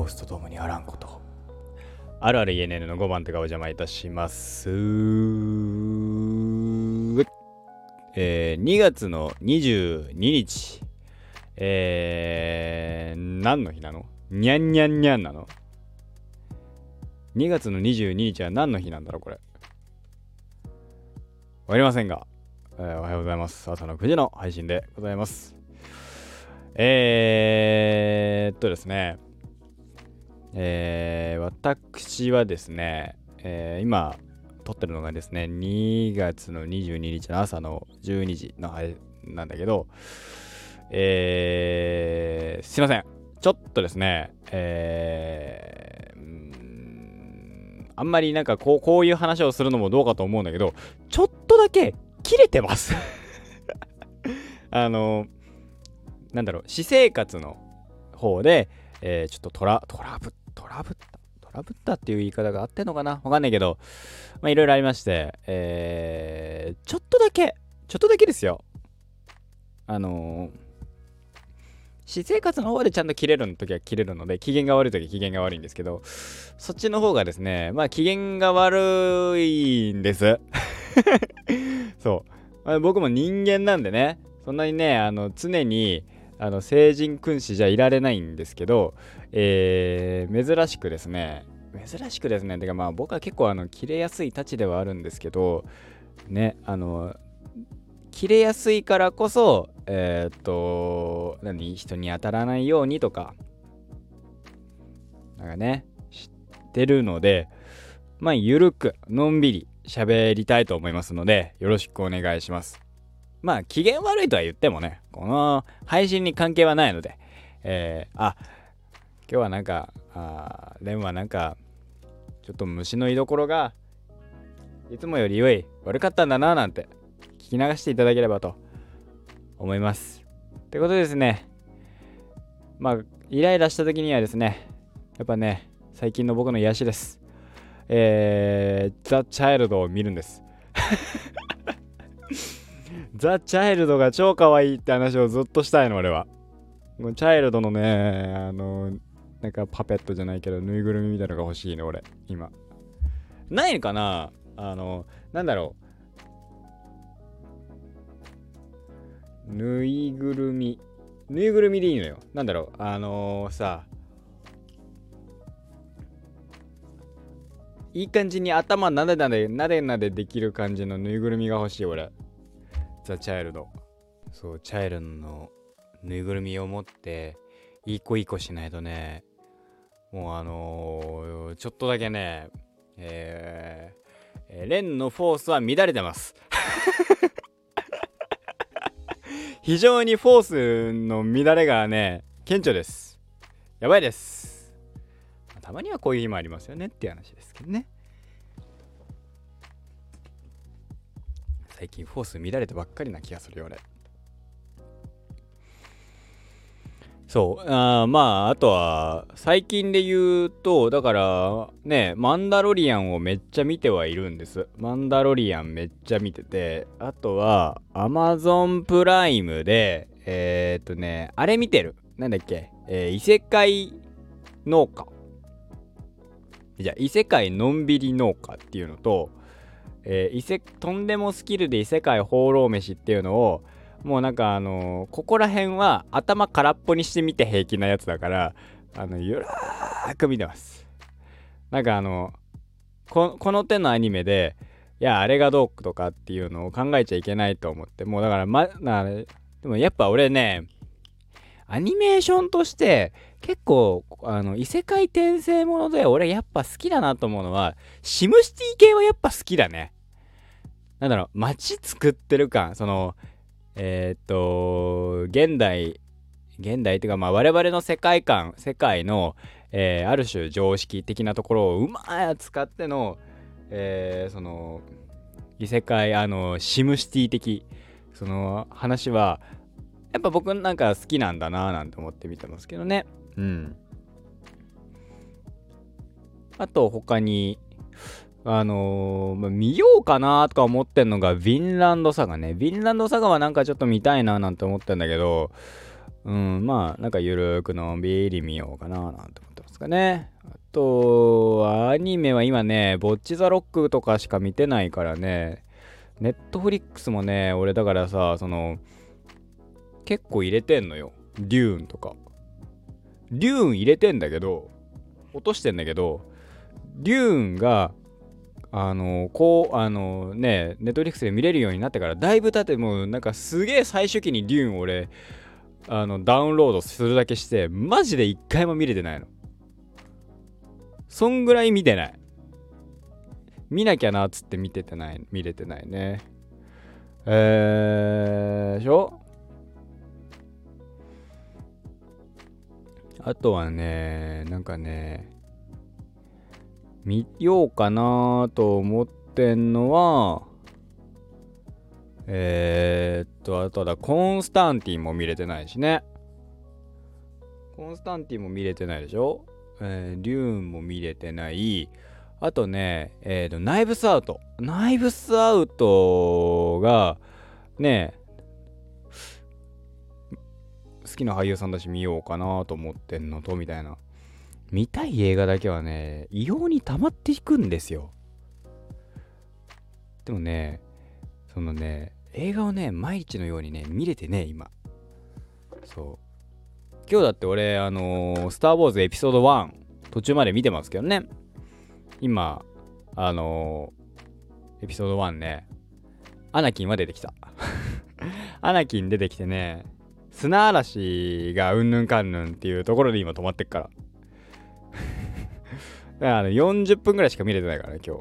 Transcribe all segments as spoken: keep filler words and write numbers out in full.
ースとともにあらんこと。あるある イーエヌエヌ のごばん手がお邪魔いたします。えー、にがつのにじゅうににち、えー、何の日なの？にゃんにゃんにゃんなの？ に 月のにじゅうににちは何の日なんだろうこれ。わかりませんが、えー、おはようございます。朝のくじの配信でございます。えーっとですね、えー、私はですね、えー、今撮ってるのがですね、にがつのにじゅうににちの朝のじゅうにじの配なんだけど、えー、すいません。ちょっとですね、えー、うーんあんまりなんかこう、こういう話をするのもどうかと思うんだけど、ちょっとだけ切れてますあのなんだろう、私生活の方で、えー、ちょっとトラトラブトラブったトラブったっていう言い方があってんのかな、わかんないけど、まあいろいろありまして、えー、ちょっとだけちょっとだけですよ、あのー、私生活の方でちゃんと切れる時は切れるので、機嫌が悪い時は機嫌が悪いんですけど、そっちの方がですね、まあ機嫌が悪いんですそう、まあ、僕も人間なんでね、そんなにね、あの常にあの聖人君子じゃいられないんですけど、えー、珍しくですね珍しくですねてかまあ僕は結構あの切れやすいたちではあるんですけどね、あの切れやすいからこそえー、っと何人に当たらないようにとかなんかね知ってるので、まあゆるくのんびり喋りたいと思いますので、よろしくお願いします。まあ機嫌悪いとは言ってもね、この配信に関係はないので、えー、あ今日はなんかあレンはなんかちょっと虫の居所がいつもより良い悪かったんだななんて聞き流していただければと思います。ってことでですね、まあイライラした時にはですね、やっぱね最近の僕の癒しです。えー、ザ・チャイルドを見るんですザ・チャイルドが超可愛いって話をずっとしたいの俺は。チャイルドのね、あのなんかパペットじゃないけどぬいぐるみみたいなのが欲しいね俺今。ないのかな、あのなんだろう、ぬいぐるみぬいぐるみでいいのよ。なんだろう、あのー、さいい感じに頭なでなでなでなでできる感じのぬいぐるみが欲しい俺。ザ・チャイルド。そう、チャイルドのぬいぐるみを持っていい子いい子しないとね、もうあのー、ちょっとだけね、えー、レンのフォースは乱れてます非常にフォースの乱れがね顕著です。やばいです。たまにはこういう日もありますよねっていう話ですけどね。最近フォース乱れてばっかりな気がするよ俺。そうあまああとは最近で言うと、だからねマンダロリアンをめっちゃ見てはいるんです。マンダロリアンめっちゃ見てて、あとはアマゾンプライムでえー、っとねあれ見てる。なんだっけ、えー、異世界農家じゃあ異世界のんびり農家っていうのと、えー、異世とんでもスキルで異世界放浪飯っていうのを、もうなんかあのー、ここら辺は頭空っぽにしてみて平気なやつだから、あのゆらーく見てます。なんかあのここの手のアニメでいやあれがどうとかっていうのを考えちゃいけないと思って、もうだからまなでもやっぱ俺ねアニメーションとして結構あの異世界転生もので俺やっぱ好きだなと思うのはシムシティ系はやっぱ好きだね。なんだろう、街作ってる感、そのえー、っと現代現代っていうかまあ我々の世界観世界の、えー、ある種常識的なところをうまい使っての、えー、その異世界あのシムシティ的その話はやっぱ僕なんか好きなんだなーなんて思って見てますけどね。うん。あと他にあのーまあ、見ようかなとか思ってんのがヴィンランドサガね。ヴィンランドサガはなんかちょっと見たいななんて思ってんだけど、うんまあなんかゆるーくのんびり見ようかななんて思ってますですかね。あとアニメは今ねボッチザロックとかしか見てないからね。ネットフリックスもね俺だからさ、その結構入れてんのよ。デューンとかデューン入れてんだけど、落としてんだけど、デューンがあのこうあのねネットフリックスで見れるようになってからだいぶ経って、もうなんかすげえ最初期にデューン俺あのダウンロードするだけしてマジで一回も見れてないの。そんぐらい見てない。見なきゃなっつって見ててない見れてないね。えー、でしょ。あとはね、なんかね、見ようかなと思ってんのは、えー、っと、あとだ、コンスタンティンも見れてないしね。コンスタンティンも見れてないでしょ。えー、デューンも見れてない。あとね、えーと、ナイブスアウト。ナイブスアウトが、ね、好きな俳優さんだし見ようかなと思ってんのと、みたいな。見たい映画だけはね、異様に溜まっていくんですよ。でもね、そのね、映画をね、毎日のようにね、見れてね、今。そう。今日だって俺、あのー、スター・ウォーズエピソードワン、途中まで見てますけどね。今、あのー、エピソードワンね、アナキンは出てきた。アナキン出てきてね、砂嵐がうんぬんかんぬんっていうところで今止まってっから。だからあのよんじゅっぷんぐらいしか見れてないからね、今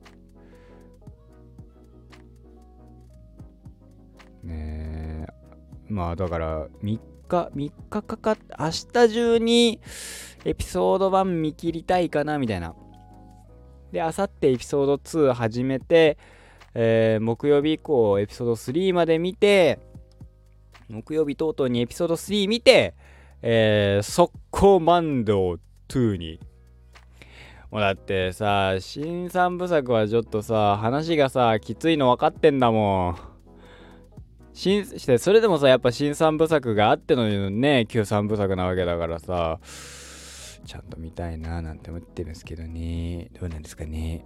日。ねえ。まあだからみっか、みっかかかって、明日中にエピソードワン見切りたいかな、みたいな。で、あさってエピソードツー始めて、えー、木曜日以降エピソードスリーまで見て、木曜日とうとうにエピソードスリー見て、えー、速攻マンドツーに。もうだってさ、新三部作はちょっとさ、話がさ、きついの分かってんだもん。新してそれでもさ、やっぱ新三部作があってのね、旧三部作なわけだからさ、ちゃんと見たいななんて思ってますけどね。どうなんですかね。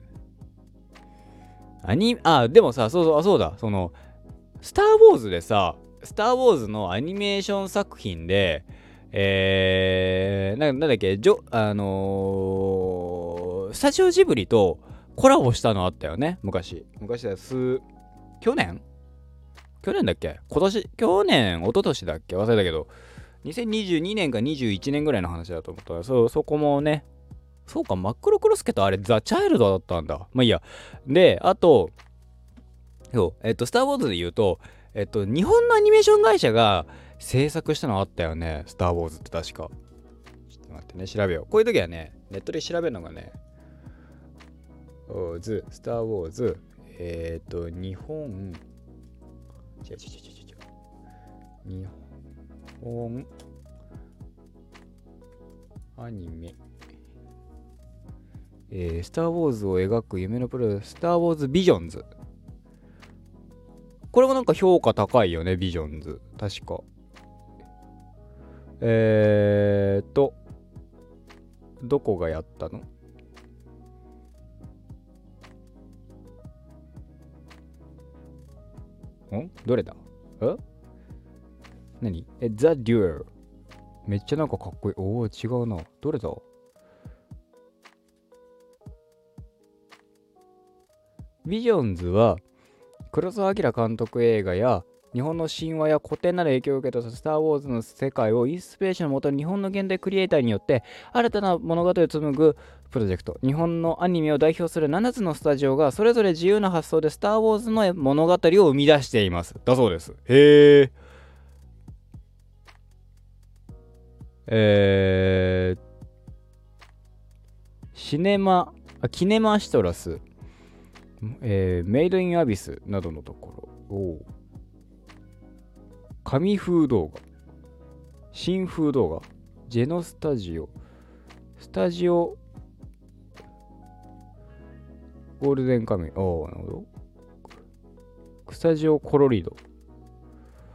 アニあ、でもさ、そうそう、あ、そうだ、その、スター・ウォーズでさ、スター・ウォーズのアニメーション作品で、えー、な, なんだっけ、ジョ、あのー、スタジオジブリとコラボしたのあったよね、昔。昔だ、す、去年去年だっけ今年、去年、一昨年だっけ忘れたけど、にせんにじゅうにねんかにじゅういちねんぐらいの話だと思ったら、そ、そこもね、そうか、マックロクロスケとあれ、ザ・チャイルドだったんだ。まあいいや。で、あと、そう、えっと、スター・ウォーズで言うと、えっと、日本のアニメーション会社が制作したのあったよね。スター・ウォーズって確か。ちょっと待ってね、調べよう。こういう時はね、ネットで調べるのがね、ウォーズ、スター・ウォーズ、えっと、日本、違う違う違う違う違う。日本アニメ。えー、スター・ウォーズを描く夢のプロ、スター・ウォーズ・ビジョンズ。これもなんか評価高いよね、ビジョンズ。確か。えーと、どこがやったの？んどれだ？え何？え、ザ・デュエル。めっちゃなんかかっこいい。おお、違うな。どれだ？ビジョンズは、黒澤明監督映画や日本の神話や古典など影響を受けたスター・ウォーズの世界をインスピレーションのもとに日本の現代クリエイターによって新たな物語を紡ぐプロジェクト。日本のアニメを代表するななつのスタジオがそれぞれ自由な発想でスター・ウォーズの物語を生み出しています。だそうです。へー。えー、シネマ、あキネマシトラス、えー、メイドインアビスなどのところ。お紙風動画、新風動画、ジェノスタジオ、スタジオ、ゴールデンカムイ、おー、なるほど。スタジオコロリド、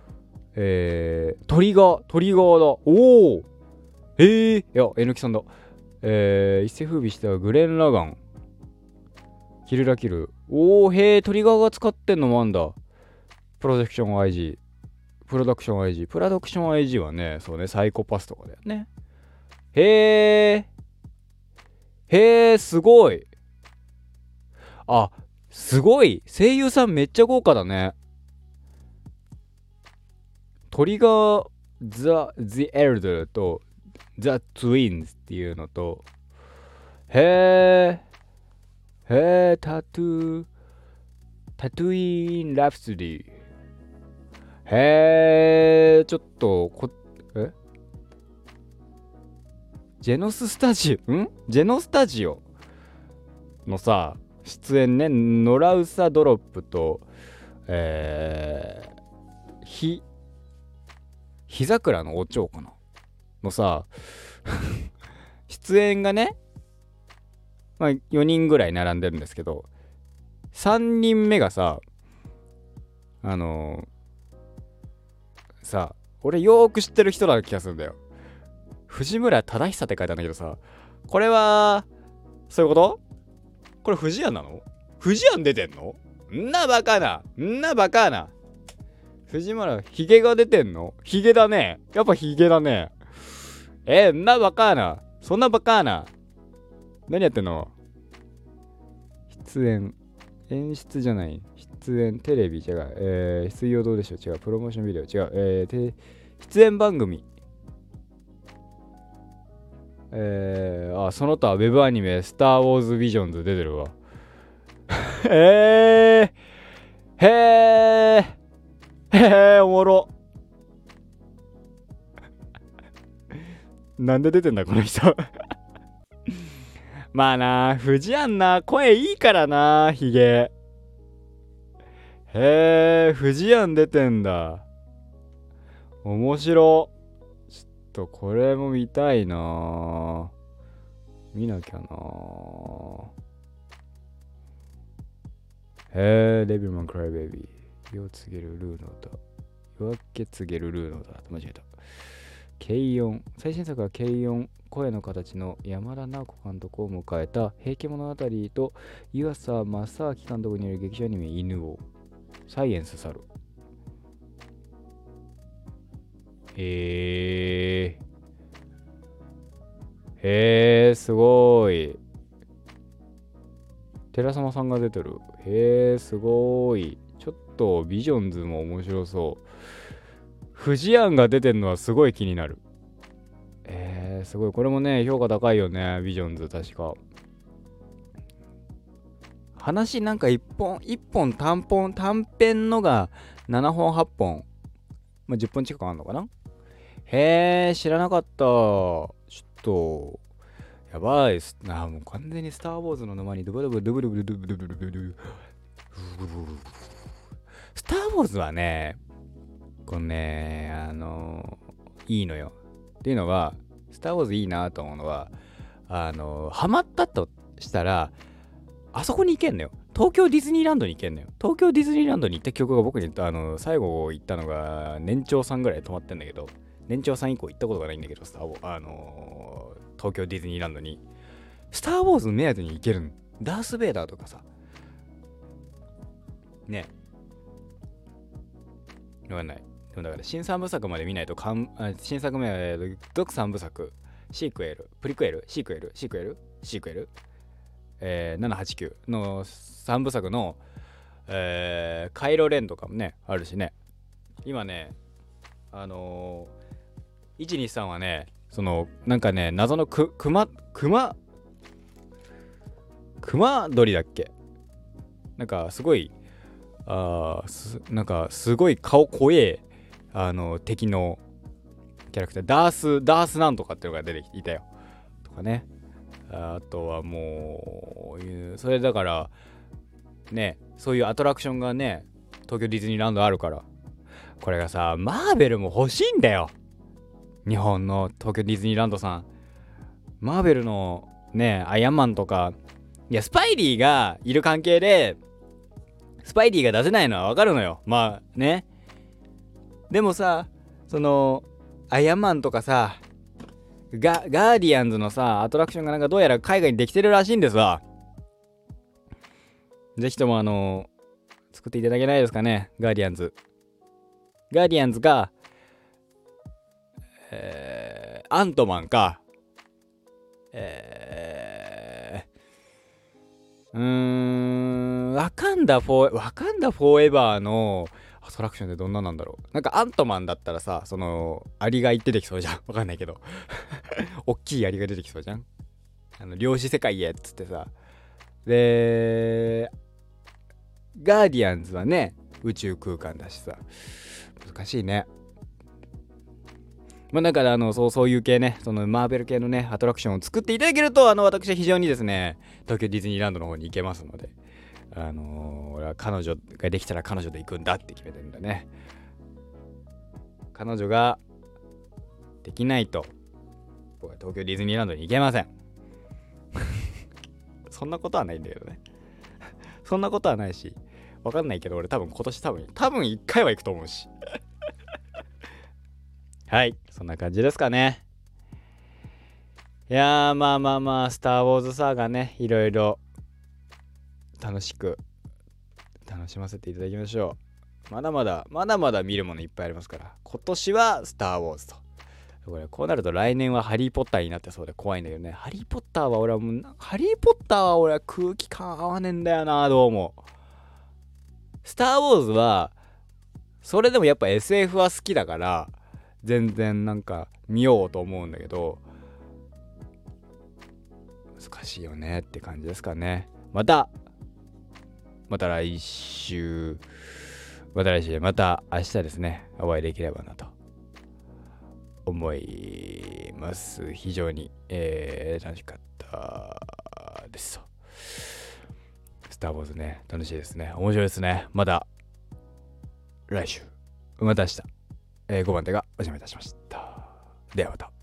えー、トリガー、トリガーだ。おー、えー、いや、えのきさんだ。 えー、一世風靡したグレン・ラガン、キルラキル。おー、へー、トリガーが使ってんのもあんだ。プロダクション アイジー。プロダクション アイジー。プロダクション アイジー はね、そうね、サイコパスとかだよね。へー。へー、すごい。あ、すごい。声優さんめっちゃ豪華だね。トリガー・ザ・The Elder と The Twins っていうのと、へー。へー、タトゥー、タトゥイン・ラプソディ。へー、ちょっと、こ、えジェノススタジオ、んジェノスタジオのさ、出演ね、ノラウサドロップと、えー、ひ、ひ桜のお蝶かなのさ、出演がね、まあよにんぐらい並んでるんですけど、さんにんめがさ、あのー、さ、俺よーく知ってる人だ気がするんだよ。藤村忠久って書いてあるんだけどさ、これは、そういうこと？これ藤庵なの？藤庵出てんの？んなバカな。んなバカな。藤村、ヒゲが出てんの？ヒゲだね。やっぱヒゲだね。えー、んなバカな。そんなバカな。何やってんの？出演。演出じゃない。出演。テレビ違う。えー、水曜どうでしょう違う。プロモーションビデオ違う。えー、出演番組。えー、あ、その他ウェブアニメ、スター・ウォーズ・ビジョンズ出てるわ。えー、へー、へー、おもろ。なんで出てんだ、この人。まあな、藤庵な、声いいからな、ヒゲ。へー、藤庵出てんだ。面白。ちょっとこれも見たいな。見なきゃな。へー、デビルマン・クライベイビー。夜を告げるルーの歌。夜明け告げるルーの歌。間違えた。軽音。最新作は軽音。声の形の山田直子監督を迎えた平家物語と湯浅正明監督による劇場アニメ犬王。サイエンス猿。へー。へー、すごい。寺様さんが出てる。へー、すごい。ちょっとビジョンズも面白そう。藤庵が出てるのはすごい気になる。えー、すごい。これもね、評価高いよね。ビジョンズ、確か。話なんか一本、一本単本、短編のがななほん、はっぽん。まあ、じゅっぽん近くあるのかな。へー、知らなかった。ちょっと、やばいっすな。もう完全にスター・ウォーズの沼にドブドブドブドブドブドブドブドブ。スター・ウォーズはね、このね、あのー、いいのよ。っていうのは、スター・ウォーズいいなと思うのは、あのー、ハマったとしたら、あそこに行けんのよ。東京ディズニーランドに行けんのよ。東京ディズニーランドに行った記憶が僕に、あのー、最後行ったのが年長さんぐらい泊まってんだけど、年長さん以降行ったことがないんだけど、スター・ウォーズ、あのー、東京ディズニーランドに。スター・ウォーズ目当てに行けるの。ダース・ベイダーとかさ。ね。わかんない。でもだから新さんぶさくまで見ないとかん、あ新作目は続さんぶさく、シークエル、プリクエル、シークエル、シークエル、シークエル、えー、ななはちきゅうのさんぶさくの、えー、カイロレンとかもね、あるしね。今ね、あのー、いちにさんはね、その、なんかね、謎のく、くま、くま、くま鳥だっけ？なんかすごい、あーなんかすごい顔怖え、あの敵のキャラクター、ダースダースなんとかっていうのが出てきていたよとかね。あとはもうそれだからね、そういうアトラクションがね、東京ディズニーランドあるから、これがさ、マーベルも欲しいんだよ。日本の東京ディズニーランドさん、マーベルのね、アイアンマンとか、いやスパイリーがいる関係でスパイリーが出せないのはわかるのよ。まあね。でもさ、そのアイアンマンとかさ、 ガガーディアンズのさアトラクションがなんかどうやら海外にできてるらしいんですわ。ぜひともあの作っていただけないですかね。ガーディアンズガーディアンズか、えー、アントマンか、えー、うーんワカンダフォーワカンダフォーエバーのアトラクションでどんななんだろう。なんかアントマンだったらさ、そのアリが出てきそうじゃん。わかんないけどおっきいアリが出てきそうじゃん。あの量子世界へっつってさ。でガーディアンズはね宇宙空間だしさ、難しいね。まあだからあのそうそういう系ね、そのマーベル系のねアトラクションを作っていただけると、あの私は非常にですね東京ディズニーランドの方に行けますので、あのー、俺は彼女ができたら彼女で行くんだって決めてるんだね。彼女ができないと僕は東京ディズニーランドに行けませんそんなことはないんだけどねそんなことはないし、わかんないけど俺多分今年多分多分いっかいは行くと思うしはい、そんな感じですかね。いやーまあまあまあスターウォーズサーガね、いろいろ楽しく楽しませていただきましょう。まだまだまだまだ見るものいっぱいありますから、今年はスターウォーズと、これこうなると来年はハリーポッターになってそうで怖いんだけどね。ハリーポッターは俺はもうハリーポッターは俺は空気感合わねえんだよな。どうもスターウォーズはそれでもやっぱ エスエフ は好きだから全然なんか見ようと思うんだけど、難しいよねって感じですかね。またまた来週また来週また明日ですね、お会いできればなと思います。非常に、えー、楽しかったですと。スターウォーズね、楽しいですね、面白いですね。また来週また明日、えー、ごばん手がお邪魔いたしました。ではまた。